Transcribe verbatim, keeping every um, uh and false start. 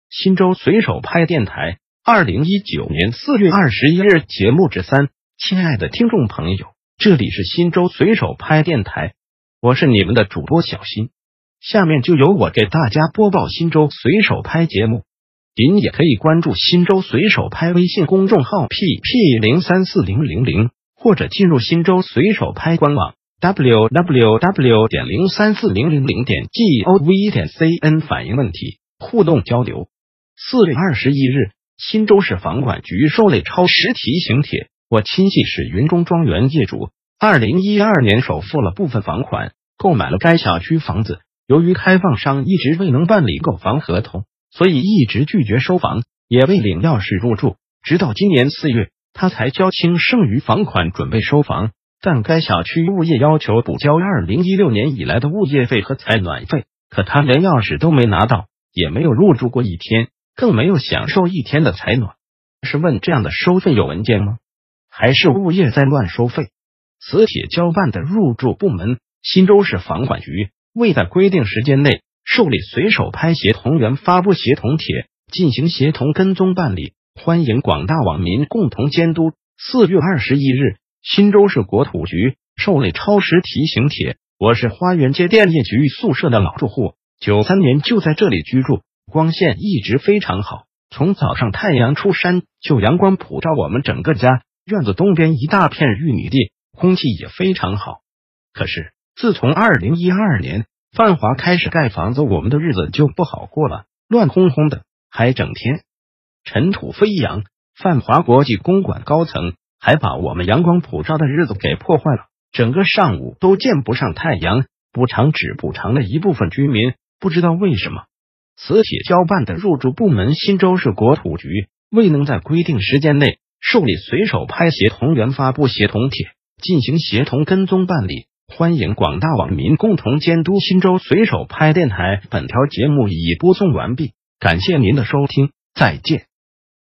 新州随手拍电台二零一九年四月二十一日节目之三。亲爱的听众朋友，这里是新州随手拍电台，我是你们的主播小新。下面就由我给大家播报新州随手拍节目。您也可以关注新州随手拍微信公众号 P P 零三四零零零，或者进入新州随手拍官网 w w w 点零三四零零零点 gov 点 cn 反映问题，互动交流。四月二十一日，新州市房管局受理超时提醒帖，我亲戚是云中庄园业主，二零一二年首付了部分房款，购买了该小区房子。由于开放商一直未能办理购房合同，所以一直拒绝收房，也未领钥匙入住。直到今年四月，他才交清剩余房款准备收房，但该小区物业要求补交二零一六年以来的物业费和采暖费，可他连钥匙都没拿到，也没有入住过一天，更没有享受一天的采暖。是问这样的收费有文件吗？还是物业在乱收费？此帖交办的入住部门新州市房管局未在规定时间内受理随手拍协同员发布协同帖，进行协同跟踪办理，欢迎广大网民共同监督。四月二十一日，新州市国土局受理超时提醒帖，我是花园街电业局宿舍的老住户，九三年就在这里居住，光线一直非常好，从早上太阳出山就阳光普照我们整个家，院子东边一大片玉米地，空气也非常好。可是自从二零一二年泛华开始盖房子，我们的日子就不好过了，乱哄哄的，还整天尘土飞扬。泛华国际公馆高层还把我们阳光普照的日子给破坏了，整个上午都见不上太阳，补偿只补偿了一部分居民，不知道为什么。此帖交办的入住部门新州市国土局未能在规定时间内受理随手拍协同员发布协同帖，进行协同跟踪办理，欢迎广大网民共同监督。新州随手拍电台本条节目已播送完毕，感谢您的收听，再见。